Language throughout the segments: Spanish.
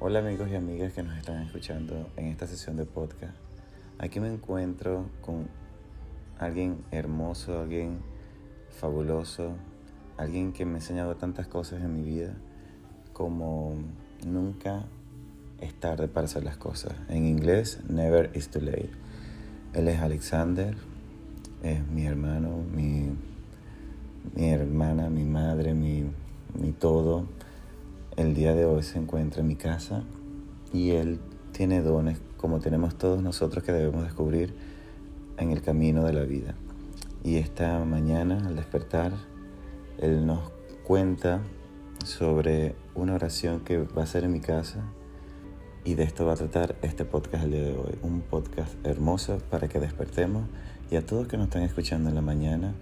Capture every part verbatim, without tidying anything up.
Hola amigos y amigas que nos están escuchando en esta sesión de podcast. Aquí me encuentro con alguien hermoso, alguien fabuloso, alguien que me ha enseñado tantas cosas en mi vida, como nunca es tarde para hacer las cosas. En inglés, never is too late. Él es Alexander, es mi hermano, mi, mi hermana, mi madre, mi, mi todo. El día de hoy se encuentra en mi casa y él tiene dones como tenemos todos nosotros que debemos descubrir en el camino de la vida. Y esta mañana al despertar, él nos cuenta sobre una oración que va a ser en mi casa, y de esto va a tratar este podcast el día de hoy. Un podcast hermoso para que despertemos, y a todos que nos están escuchando en la mañana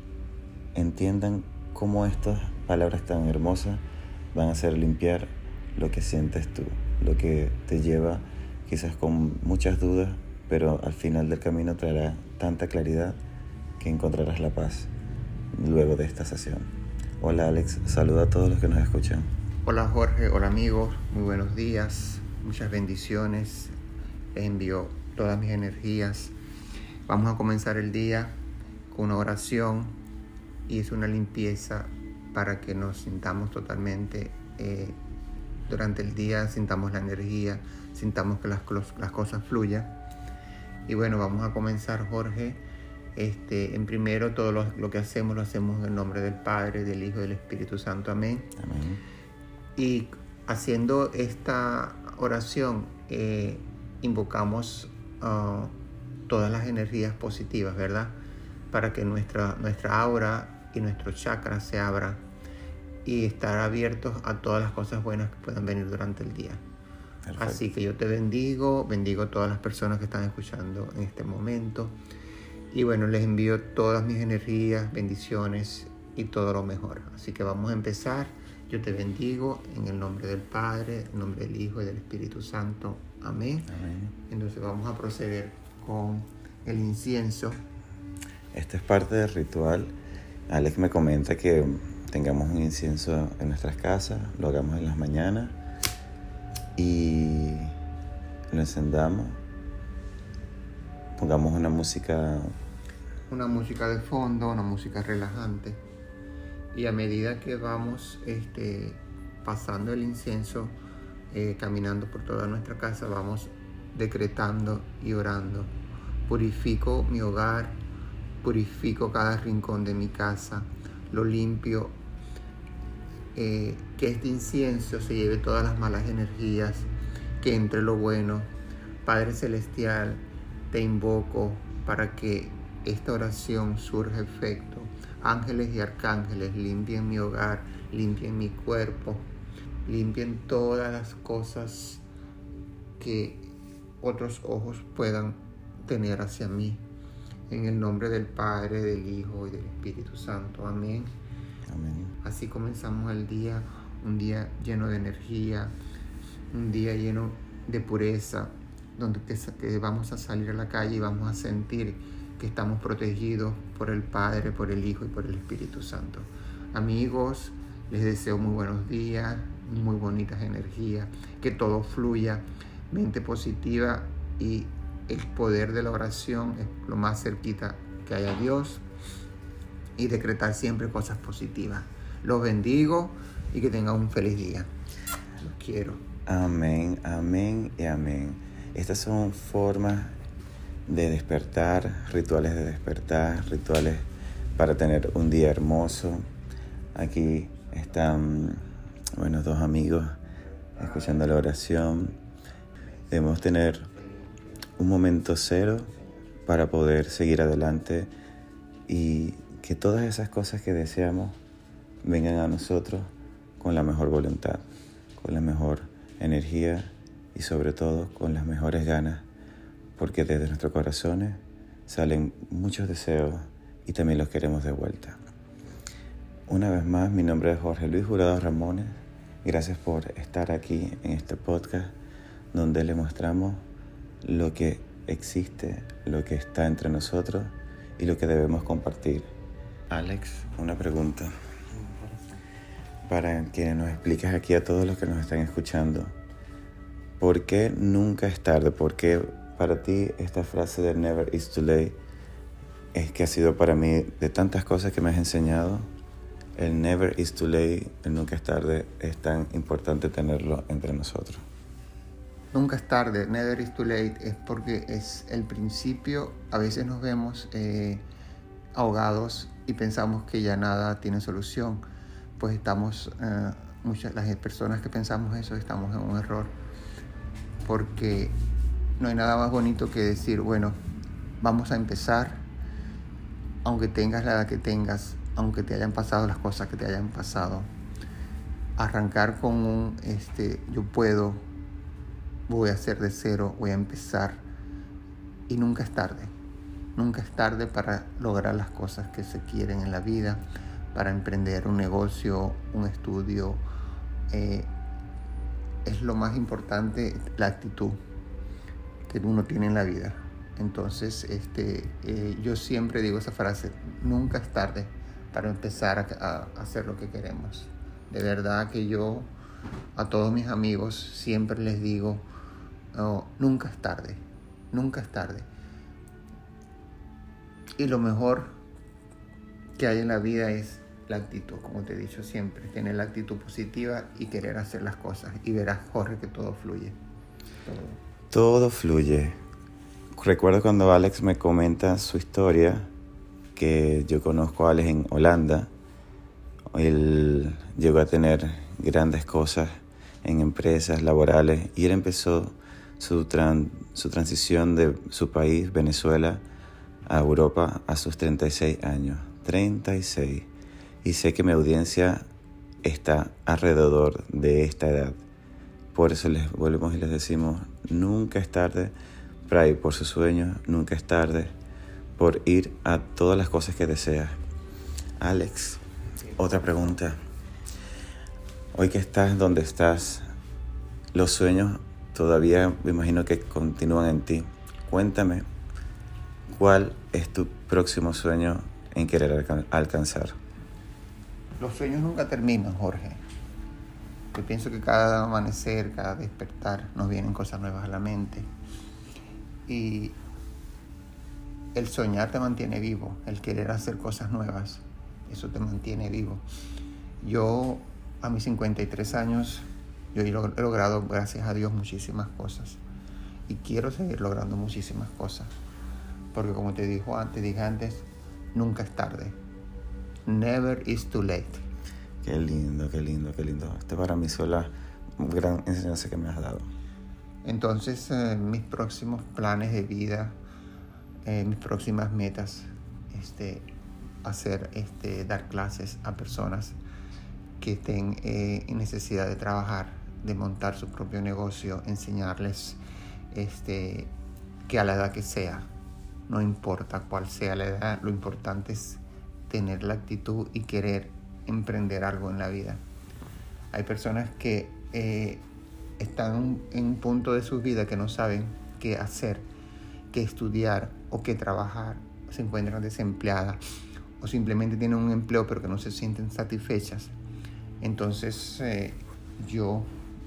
entiendan cómo estas palabras tan hermosas van a hacer limpiar lo que sientes tú, lo que te lleva quizás con muchas dudas, pero al final del camino traerá tanta claridad que encontrarás la paz luego de esta sesión. Hola Alex, saluda a todos los que nos escuchan. Hola Jorge, hola amigos, muy buenos días, muchas bendiciones, les envío todas mis energías. Vamos a comenzar el día con una oración y es una limpieza para que nos sintamos totalmente eh, durante el día, sintamos la energía, sintamos que las, las cosas fluyan. Y bueno, vamos a comenzar, Jorge. Este, en primero, todo lo, lo que hacemos, lo hacemos en el nombre del Padre, del Hijo y del Espíritu Santo. Amén. Amén. Y haciendo esta oración, eh, invocamos uh, todas las energías positivas, ¿verdad? Para que nuestra, nuestra aura y nuestros chakras se abran y estar abiertos a todas las cosas buenas que puedan venir durante el día. Perfecto. Así que yo te bendigo, bendigo a todas las personas que están escuchando en este momento. Y bueno, les envío todas mis energías, bendiciones y todo lo mejor. Así que vamos a empezar. Yo te bendigo en el nombre del Padre, en el nombre del Hijo y del Espíritu Santo. Amén. Amén. Entonces vamos a proceder con el incienso. Este es parte del ritual. Alex me comenta que tengamos un incienso en nuestras casas, lo hagamos en las mañanas y lo encendamos. Pongamos una música... Una música de fondo, una música relajante. Y a medida que vamos este, pasando el incienso, eh, caminando por toda nuestra casa, vamos decretando y orando. Purifico mi hogar, purifico cada rincón de mi casa, lo limpio, eh, que este incienso se lleve todas las malas energías, que entre lo bueno. Padre Celestial, te invoco para que esta oración surja efecto. Ángeles y arcángeles, limpien mi hogar, limpien mi cuerpo, limpien todas las cosas que otros ojos puedan tener hacia mí. En el nombre del Padre, del Hijo y del Espíritu Santo. Amén. Amén. Así comenzamos el día, un día lleno de energía, un día lleno de pureza, donde que, que vamos a salir a la calle y vamos a sentir que estamos protegidos por el Padre, por el Hijo y por el Espíritu Santo. Amigos, les deseo muy buenos días, muy bonitas energías, que todo fluya, mente positiva, y el poder de la oración es lo más cerquita que hay a Dios, y decretar siempre cosas positivas. Los bendigo y que tengan un feliz día. Los quiero. Amén, amén y amén. Estas son formas de despertar, rituales de despertar, rituales para tener un día hermoso. Aquí están, bueno, dos amigos escuchando la oración. Debemos tener un momento cero para poder seguir adelante y que todas esas cosas que deseamos vengan a nosotros con la mejor voluntad, con la mejor energía y sobre todo con las mejores ganas, porque desde nuestros corazones salen muchos deseos y también los queremos de vuelta. Una vez más, mi nombre es Jorge Luis Jurado Ramones. Gracias por estar aquí en este podcast donde le mostramos lo que existe, lo que está entre nosotros y lo que debemos compartir. Alex, una pregunta. Para que nos expliques aquí a todos los que nos están escuchando, ¿por qué nunca es tarde? ¿Por qué para ti esta frase de never is too late es que ha sido para mí, de tantas cosas que me has enseñado, el never is too late, el nunca es tarde, es tan importante tenerlo entre nosotros? Nunca es tarde, never is too late, es porque es el principio. A veces nos vemos eh, ahogados y pensamos que ya nada tiene solución. Pues estamos, eh, muchas las personas que pensamos eso, estamos en un error. Porque no hay nada más bonito que decir, bueno, vamos a empezar, aunque tengas la edad que tengas, aunque te hayan pasado las cosas que te hayan pasado. Arrancar con un, este, yo puedo, voy a hacer de cero, voy a empezar. Y nunca es tarde. Nunca es tarde para lograr las cosas que se quieren en la vida, para emprender un negocio, un estudio. Eh, es lo más importante, la actitud que uno tiene en la vida. Entonces, este, eh, yo siempre digo esa frase, nunca es tarde para empezar a, a hacer lo que queremos. De verdad que yo a todos mis amigos siempre les digo, oh, nunca es tarde, nunca es tarde. Y lo mejor que hay en la vida es la actitud, como te he dicho siempre, tener la actitud positiva y querer hacer las cosas. Y verás, Jorge, que todo fluye. Todo, todo fluye. Recuerdo cuando Alex me comenta su historia, que yo conozco a Alex en Holanda. Él llegó a tener grandes cosas en empresas laborales y él empezó su, tran, su transición de su país, Venezuela, a Europa a sus treinta y seis años. treinta y seis. Y sé que mi audiencia está alrededor de esta edad. Por eso les volvemos y les decimos, nunca es tarde para ir por sus sueños, nunca es tarde por ir a todas las cosas que deseas. Alex, otra pregunta. Hoy que estás donde estás, los sueños todavía me imagino que continúan en ti. Cuéntame, ¿cuál es tu próximo sueño en querer alca- alcanzar? Los sueños nunca terminan, Jorge. Yo pienso que cada amanecer, cada despertar, nos vienen cosas nuevas a la mente. Y el soñar te mantiene vivo, el querer hacer cosas nuevas, eso te mantiene vivo. Yo, a mis cincuenta y tres años, yo he logrado, gracias a Dios, muchísimas cosas. Y quiero seguir logrando muchísimas cosas. Porque como te dijo antes, dije antes, nunca es tarde. Never is too late. Qué lindo, qué lindo, qué lindo. Este para mí fue la gran enseñanza que me has dado. Entonces, eh, mis próximos planes de vida, eh, mis próximas metas, este, hacer, este, dar clases a personas que estén eh, en necesidad de trabajar, de montar su propio negocio, enseñarles este, que a la edad que sea, no importa cuál sea la edad, lo importante es tener la actitud y querer emprender algo en la vida. Hay personas que eh, están en un punto de su vida que no saben qué hacer, qué estudiar o qué trabajar, se encuentran desempleadas o simplemente tienen un empleo pero que no se sienten satisfechas. Entonces eh, yo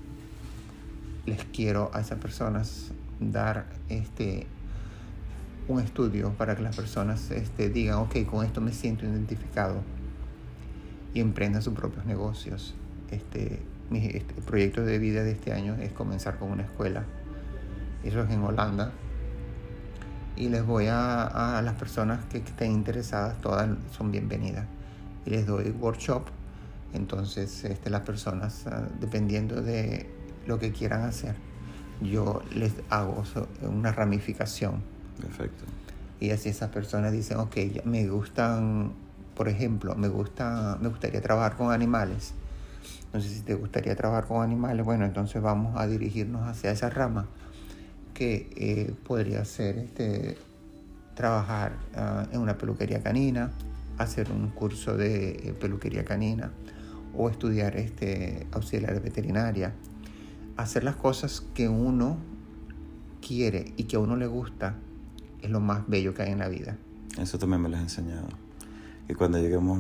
les quiero a esas personas dar este un estudio para que las personas este, digan, ok, con esto me siento identificado y emprendan sus propios negocios. Este, mi este, proyecto de vida de este año es comenzar con una escuela. Eso es en Holanda. Y les voy a, a las personas que, que estén interesadas, todas son bienvenidas. Y les doy workshop. Entonces, este, las personas, uh, dependiendo de lo que quieran hacer, yo les hago una ramificación. Perfecto. Y así esas personas dicen, ok, me gustan, por ejemplo, me gusta, me gustaría trabajar con animales. Entonces, si te gustaría trabajar con animales, bueno, entonces vamos a dirigirnos hacia esa rama que eh, podría ser este, trabajar uh, en una peluquería canina, hacer un curso de eh, peluquería canina o estudiar este, auxiliar veterinaria. Hacer las cosas que uno quiere y que a uno le gusta es lo más bello que hay en la vida. Eso también me lo has enseñado. Y cuando lleguemos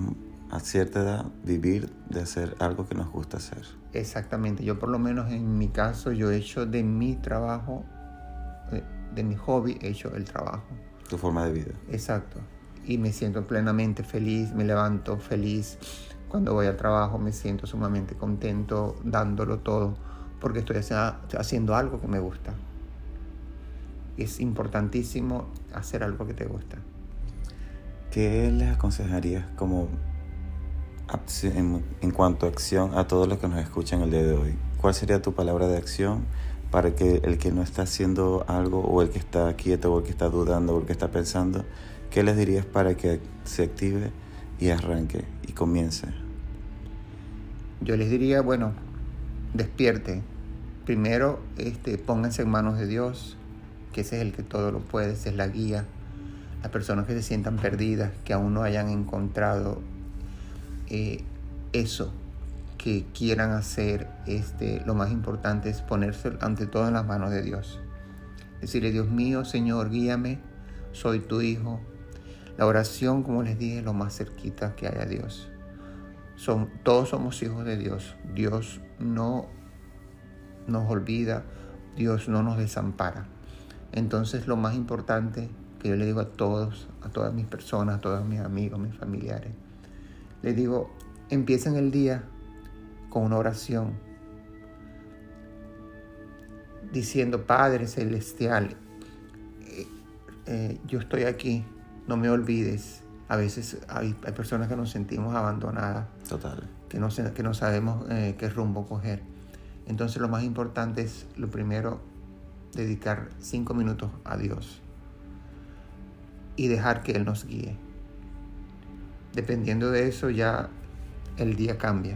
a cierta edad, vivir de hacer algo que nos gusta hacer. Exactamente. Yo por lo menos en mi caso, yo he hecho de mi trabajo, de, de mi hobby, he hecho el trabajo. Tu forma de vida. Exacto. Y me siento plenamente feliz, me levanto feliz. Cuando voy al trabajo me siento sumamente contento, dándolo todo, porque estoy haciendo algo que me gusta. Es importantísimo hacer algo que te gusta. ¿Qué les aconsejarías como en, en cuanto a acción a todos los que nos escuchan el día de hoy? ¿Cuál sería tu palabra de acción para que el que no está haciendo algo, o el que está quieto, o el que está dudando, o el que está pensando, qué les dirías para que se active y arranque y comience? Yo les diría, bueno, despierte. Primero, este, pónganse en manos de Dios, que ese es el que todo lo puede, esa es la guía. Las personas que se sientan perdidas, que aún no hayan encontrado eh, eso que quieran hacer, este, lo más importante es ponerse ante todo en las manos de Dios. Decirle: Dios mío, Señor, guíame, soy tu hijo. La oración, como les dije, es lo más cerquita que hay a Dios. Son, todos somos hijos de Dios. Dios no nos olvida, Dios no nos desampara. Entonces, lo más importante que yo le digo a todos, a todas mis personas, a todos mis amigos, mis familiares, les digo: empiecen el día con una oración, diciendo: Padre Celestial, eh, eh, yo estoy aquí, no me olvides. A veces hay, hay personas que nos sentimos abandonadas. Total. Que no, que no sabemos eh, qué rumbo coger. Entonces, lo más importante es, lo primero, dedicar cinco minutos a Dios y dejar que Él nos guíe. Dependiendo de eso, ya el día cambia.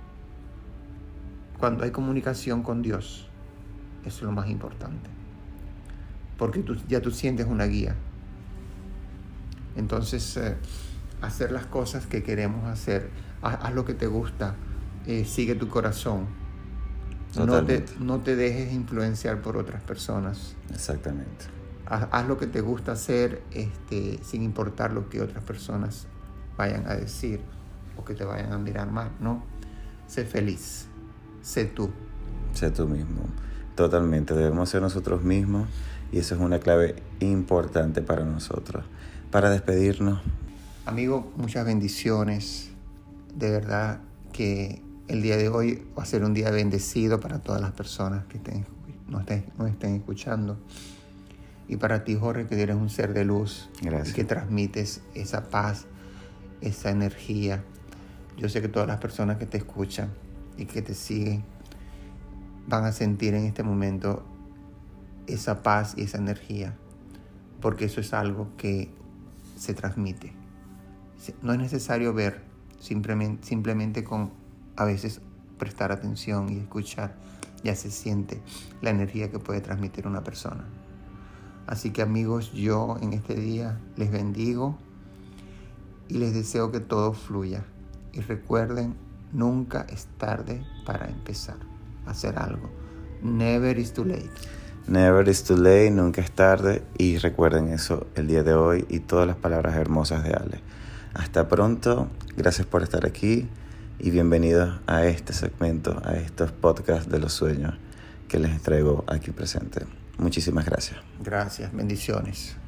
Cuando hay comunicación con Dios, eso es lo más importante, porque tú, ya tú sientes una guía. Entonces, eh, hacer las cosas que queremos hacer, haz, haz lo que te gusta, eh, sigue tu corazón. No te, no te dejes influenciar por otras personas. Exactamente. Haz, haz lo que te gusta hacer, este, sin importar lo que otras personas vayan a decir o que te vayan a mirar mal, ¿no? Sé feliz, sé tú. Sé tú mismo. Totalmente. Debemos ser nosotros mismos, y eso es una clave importante para nosotros. Para despedirnos. Amigo, muchas bendiciones. De verdad que el día de hoy va a ser un día bendecido para todas las personas que estén, nos, estén, nos estén escuchando. Y para ti, Jorge, que eres un ser de luz. Gracias. Y que transmites esa paz, esa energía. Yo sé que todas las personas que te escuchan y que te siguen van a sentir en este momento esa paz y esa energía, porque eso es algo que se transmite. No es necesario ver, simplemente, simplemente con a veces prestar atención y escuchar, ya se siente la energía que puede transmitir una persona. Así que, amigos, yo en este día les bendigo y les deseo que todo fluya. Y recuerden, nunca es tarde para empezar a hacer algo. Never is too late. Never is too late, nunca es tarde. Y recuerden eso el día de hoy y todas las palabras hermosas de Ale. Hasta pronto, gracias por estar aquí y bienvenidos a este segmento, a estos podcasts de los sueños que les traigo aquí presente. Muchísimas gracias. Gracias, bendiciones.